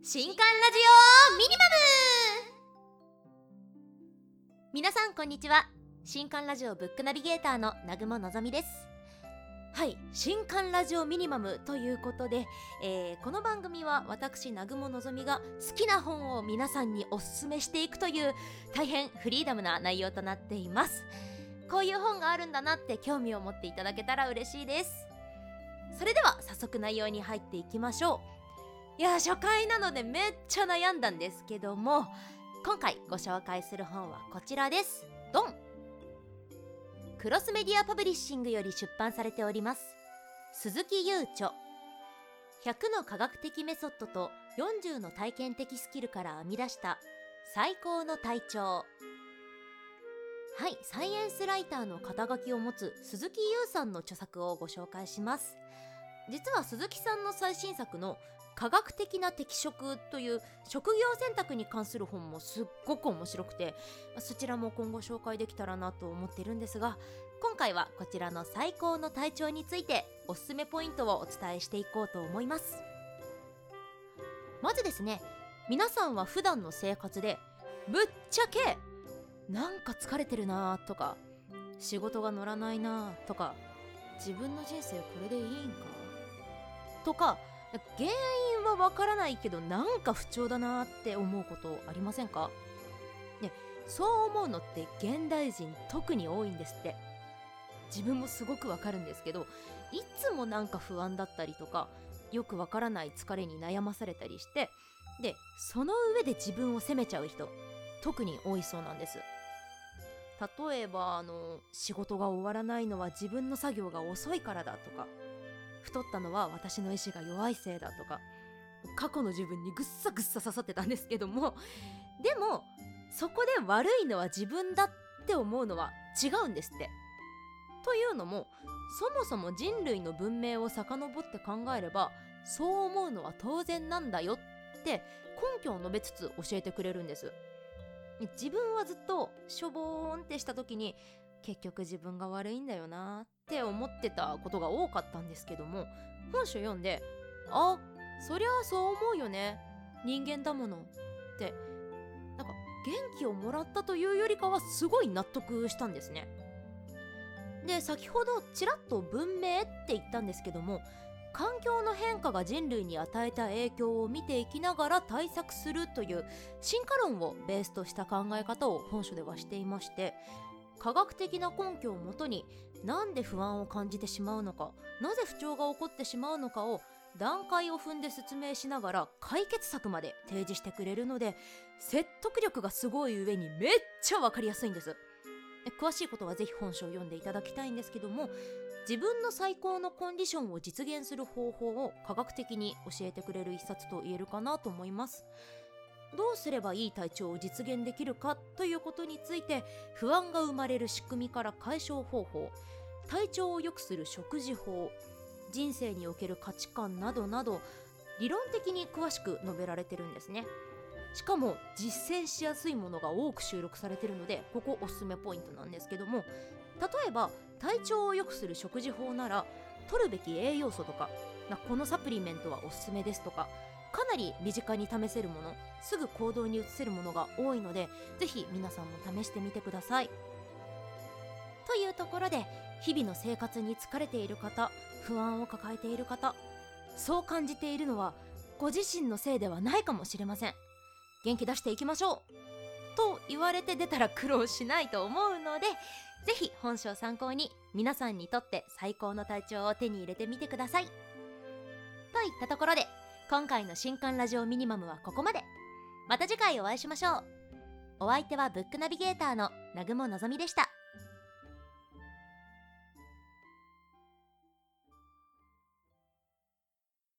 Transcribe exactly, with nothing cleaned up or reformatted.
新刊ラジオミニマム。皆さんこんにちは。新刊ラジオブックナビゲーターの南雲のぞみです。はい、新刊ラジオミニマムということで、えー、この番組は私南雲のぞみが好きな本を皆さんにおすすめしていくという大変フリーダムな内容となっています。こういう本があるんだなって興味を持っていただけたら嬉しいです。それでは早速内容に入っていきましょう。いや初回なのでめっちゃ悩んだんですけども、今回ご紹介する本はこちらです。ドン。クロスメディアパブリッシングより出版されております鈴木優著ひゃくの科学的メソッドとよんじゅうの体験的スキルから編み出した最高の体調。はい、サイエンスライターの肩書きを持つ鈴木優さんの著作をご紹介します。実は鈴木さんの最新作の科学的な適職という職業選択に関する本もすっごく面白くて、そちらも今後紹介できたらなと思ってるんですが、今回はこちらの最高の体調についておすすめポイントをお伝えしていこうと思います。まずですね、皆さんは普段の生活でぶっちゃけなんか疲れてるなとか、仕事が乗らないなとか、自分の人生これでいいんかとか、原因はわからないけどなんか不調だなって思うことありませんか？ね、そう思うのって現代人特に多いんですって。自分もすごくわかるんですけど、いつもなんか不安だったりとか、よくわからない疲れに悩まされたりして、でその上で自分を責めちゃう人特に多いそうなんです。例えばあの仕事が終わらないのは自分の作業が遅いからだとか、太ったのは私の意志が弱いせいだとか、過去の自分にぐっさぐっさ刺さってたんですけども、でもそこで悪いのは自分だって思うのは違うんですって。というのも、そもそも人類の文明を遡って考えればそう思うのは当然なんだよって根拠を述べつつ教えてくれるんです。自分はずっとしょぼーんってした時に、結局自分が悪いんだよなって思ってたことが多かったんですけども、本書読んで、あ、そりゃあそう思うよね、人間だものって、なんか元気をもらったというよりかはすごい納得したんですね。で、先ほどちらっと文明って言ったんですけども、環境の変化が人類に与えた影響を見ていきながら対策するという進化論をベースとした考え方を本書ではしていまして、科学的な根拠をもとになんで不安を感じてしまうのか、なぜ不調が起こってしまうのかを段階を踏んで説明しながら解決策まで提示してくれるので、説得力がすごい上にめっちゃわかりやすいんです。詳しいことはぜひ本書を読んでいただきたいんですけども、自分の最高のコンディションを実現する方法を科学的に教えてくれる一冊と言えるかなと思います。どうすればいい体調を実現できるかということについて、不安が生まれる仕組みから解消方法、体調を良くする食事法、人生における価値観などなど理論的に詳しく述べられてるんですね。しかも実践しやすいものが多く収録されているので、ここおすすめポイントなんですけども、例えば体調を良くする食事法なら、取るべき栄養素とか、このサプリメントはおすすめですとか、かなり身近に試せるもの、すぐ行動に移せるものが多いので、ぜひ皆さんも試してみてください。というところで、日々の生活に疲れている方、不安を抱えている方、そう感じているのはご自身のせいではないかもしれません。元気出していきましょうと言われて出たら苦労しないと思うので、ぜひ本書を参考に皆さんにとって最高の体調を手に入れてみてください。といったところで、今回の新刊ラジオミニマムはここまで。また次回お会いしましょう。お相手はブックナビゲーターの南雲のぞみでした。